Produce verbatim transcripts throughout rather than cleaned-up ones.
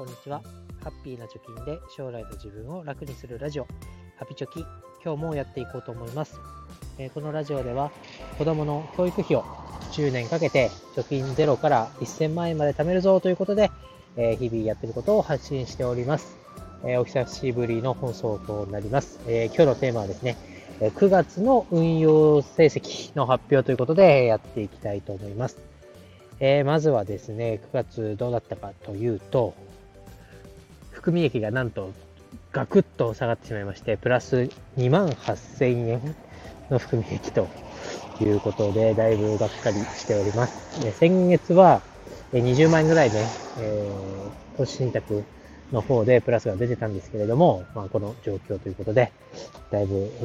こんにちは。ハッピーな貯金で将来の自分を楽にするラジオ、ハピチョキ、今日もやっていこうと思います。えー、このラジオでは子供の教育費をじゅうねんかけて貯金ゼロからせんまんえんまで貯めるぞということで、えー、日々やっていることを発信しております。えー、お久しぶりの放送となります。えー、今日のテーマはですね、くがつの運用成績の発表ということでやっていきたいと思います。えー、まずはですね、くがつどうだったかというと、含み益がなんとガクッと下がってしまいまして、プラスにまんはっせんえんの含み益ということで、だいぶがっかりしております。えー、先月はにじゅうまんえんぐらいね、えー、投資信託の方でプラスが出てたんですけれども、まあ、この状況ということで、だいぶ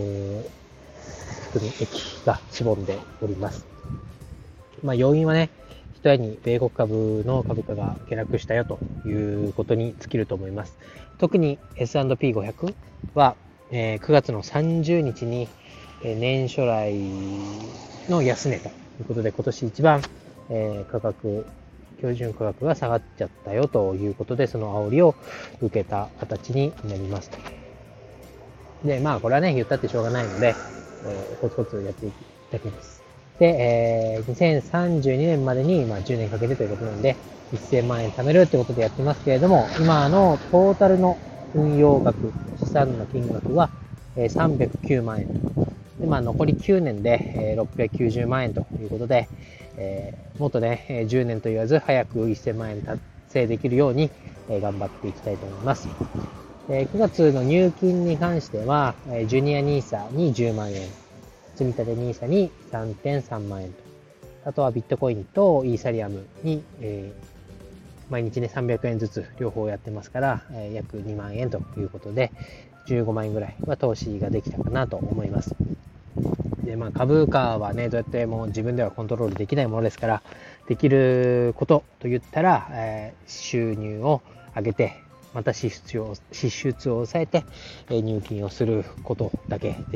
含み益がしぼんでおります。まあ、要因はね、一重に米国株の株価が下落したよということに尽きると思います。特に エスアンドピーごひゃく は、えー、くがつのさんじゅうにちに年初来の安値ということで、今年一番、えー、価格標準価格が下がっちゃったよということで、その煽りを受けた形になります。で、まあこれはね、言ったってしょうがないので、えー、コツコツやっていただきます。で、えー、にせんさんじゅうにねんまでに、まあ、じゅうねんかけてということなので、せんまんえん貯めるということでやってますけれども、今のトータルの運用額、資産の金額はさんびゃくきゅうまんえん。で、まあ、残りきゅうねんでろっぴゃくきゅうじゅうまんえんということで、えー、もっとね、じゅうねんと言わず早くせんまんえん達成できるように頑張っていきたいと思います。くがつの入金に関しては、ジュニアニーサにじゅうまんえん。積立 ニーサ に さんてんさんまんえんと。あとはビットコインとイーサリアムに、えー、毎日ねさんびゃくえんずつ両方やってますから、えー、約にまんえんということで、じゅうごまんえんぐらいは投資ができたかなと思います。で、まあ株価はね、どうやっても自分ではコントロールできないものですから、できることと言ったら、えー、収入を上げて、また支出を、支出を抑えて、えー、入金をすることだけです。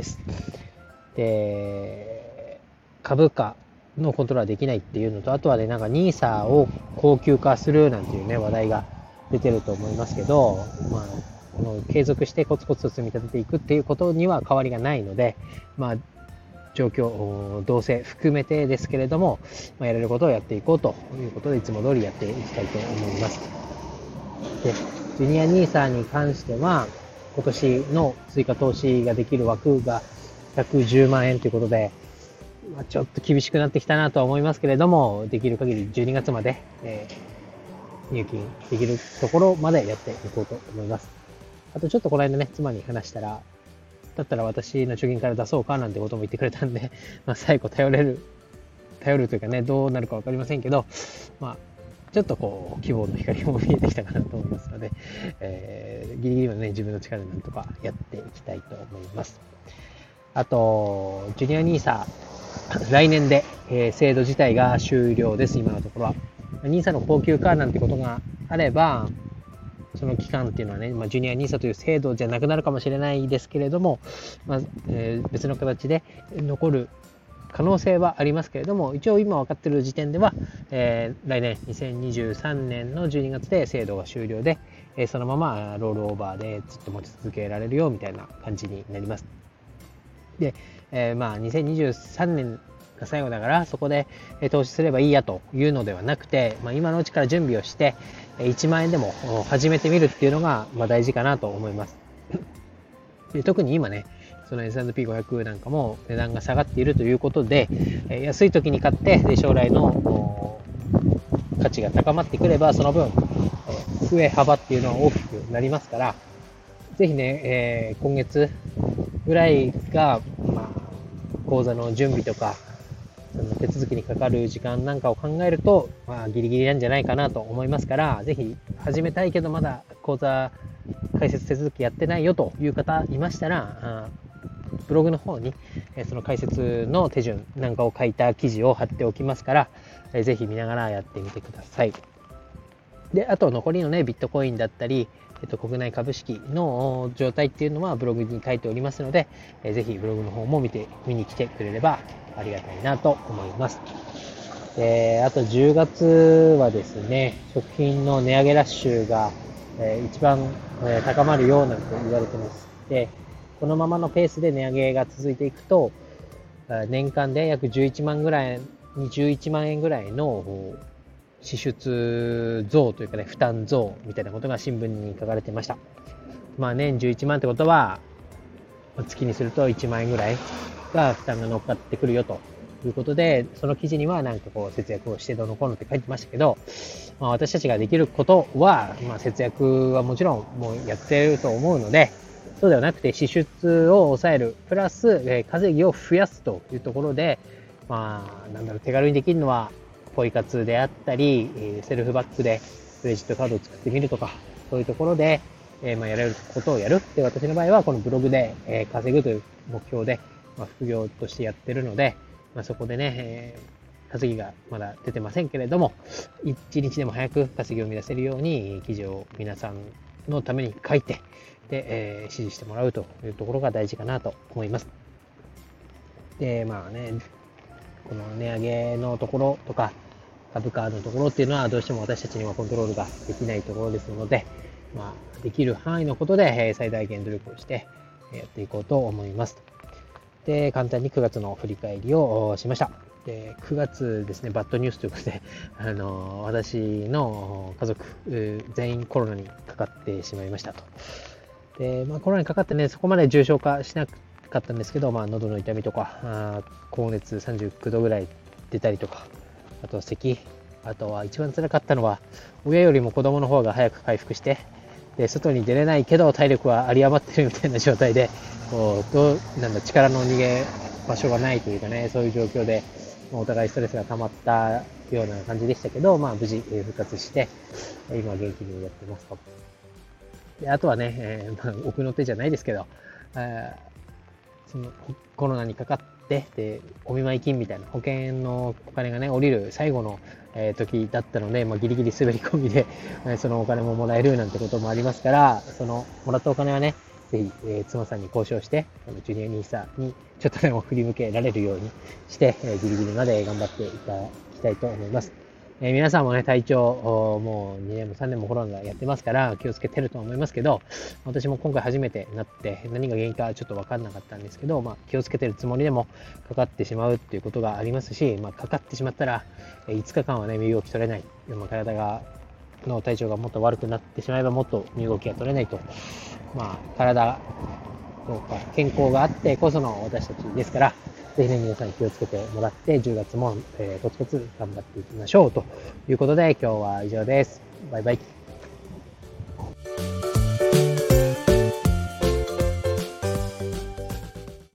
で、株価のコントロールはできないっていうのと、あとはね、なんか ニーサ を高級化するなんていうね、話題が出てると思いますけど、まあ、この継続してコツコツと積み立てていくっていうことには変わりがないので、まあ、状況、動静含めてですけれども、まあ、やれることをやっていこうということで、いつも通りやっていきたいと思います。で、ジュニア ニーサ に関しては、今年の追加投資ができる枠がひゃくじゅうまんえんということで、まあ、ちょっと厳しくなってきたなとは思いますけれども、できる限りじゅうにがつまで、えー、入金できるところまでやっていこうと思います。あとちょっとこの間ね、妻に話したら、だったら私の貯金から出そうかなんてことも言ってくれたんで、まあ、最後頼れる、頼るというかね、どうなるかわかりませんけど、まあ、ちょっとこう希望の光も見えてきたかなと思いますので、えー、ギリギリまでね、自分の力でなんとかやっていきたいと思います。あと、ジュニア ニーサ、来年で、えー、制度自体が終了です、今のところは。ニーサ の高級化なんてことがあれば、その期間っていうのはね、まあ、ジュニア ニーサ という制度じゃなくなるかもしれないですけれども、まあえー、別の形で残る可能性はありますけれども、一応今分かっている時点では、えー、来年にせんにじゅうさんねんのじゅうにがつで制度が終了で、えー、そのままロールオーバーでずっと持ち続けられるよみたいな感じになります。で、えー、まあにせんにじゅうさんねんが最後だからそこで投資すればいいやというのではなくて、まあ、今のうちから準備をしていちまんえんでも始めてみるっていうのがまあ大事かなと思います。で、特に今ね、その エスアンドピーごひゃく なんかも値段が下がっているということで、安い時に買ってで将来の価値が高まってくればその分増え幅っていうのは大きくなりますから、ぜひね、えー、今月ぐらいが、まあ、口座の準備とかその手続きにかかる時間なんかを考えると、まあ、ギリギリなんじゃないかなと思いますから、ぜひ始めたいけどまだ口座開設手続きやってないよという方いましたら、ブログの方にその解説の手順なんかを書いた記事を貼っておきますから、ぜひ見ながらやってみてください。で、あと残りのね、ビットコインだったり、えっと、国内株式の状態っていうのはブログに書いておりますので、ぜひブログの方も見て見に来てくれればありがたいなと思います。 で、あとじゅうがつはですね、食品の値上げラッシュが、えー一番、えー高まるようなんて言われてます。で、このままのペースで値上げが続いていくと、年間で約じゅういちまんぐらい、じゅういちまん円ぐらいの支出増というかね、負担増みたいなことが新聞に書かれてました。まあ年じゅういちまんってことは、月にするといちまん円ぐらいが負担が乗っかってくるよということで、その記事にはなんかこう節約をしてどうのこうのって書いてましたけど、まあ、私たちができることは、まあ、節約はもちろんもうやってると思うので、そうではなくて支出を抑える、プラス、えー、稼ぎを増やすというところで、まあ、なんだろう、手軽にできるのは、ポイ活であったり、えーセルフバックでクレジットカードを作ってみるとか、そういうところで、えーまあ、やれることをやる。で、私の場合はこのブログで、えー稼ぐという目標で、まあ、副業としてやってるので、まあ、そこでね、えー稼ぎがまだ出てませんけれども、一日でも早く稼ぎを生み出せるように記事を皆さんのために書いて、で、えー、指示してもらうというところが大事かなと思います。で、まあね、この値上げのところとか、株価のところっていうのはどうしても私たちにはコントロールができないところですので、まあ、できる範囲のことで最大限努力をしてやっていこうと思います。で、簡単にくがつの振り返りをしました。で、くがつですね、バッドニュースということで、あの、私の家族全員コロナにかかってしまいましたと。で、まあ、コロナにかかってね、そこまで重症化しなかったんですけど、まあ、喉の痛みとか、あ高熱さんじゅうきゅうどぐらい出たりとか、あと咳、あとは一番辛かったのは、親よりも子供の方が早く回復して、で、外に出れないけど体力は有り余ってるみたいな状態で、こう、どう、なんだ、力の逃げ場所がないというかね、そういう状況で、お互いストレスが溜まったような感じでしたけど、まあ無事復活して、今元気にやってますと。で、あとはね、えー、まあ、奥の手じゃないですけど、えー、そのコロナにかかって、で、お見舞い金みたいな保険のお金がね、降りる最後の、えー、時だったので、まあ、ギリギリ滑り込みで、そのお金ももらえるなんてこともありますから、そのもらったお金はね、ぜひ、えー、妻さんに交渉して、ジュニアニーサにちょっとでも振り向けられるようにして、えー、ギリギリまで頑張っていただきたいと思います。えー、皆さんもね、体調、もうにねんもさんねんもコロナやってますから気をつけてると思いますけど、私も今回初めてなって何が原因かちょっと分かんなかったんですけど、まあ、気をつけてるつもりでもかかってしまうっていうことがありますし、まあ、かかってしまったらいつかかんはね、身動き取れない。まあ、体がの体調がもっと悪くなってしまえばもっと身動きが取れないと、まあ、体とか健康があってこその私たちですから、ぜひね、皆さん気をつけてもらって、じゅうがつも、えー、コツコツ頑張っていきましょうということで、今日は以上です。バイバイ。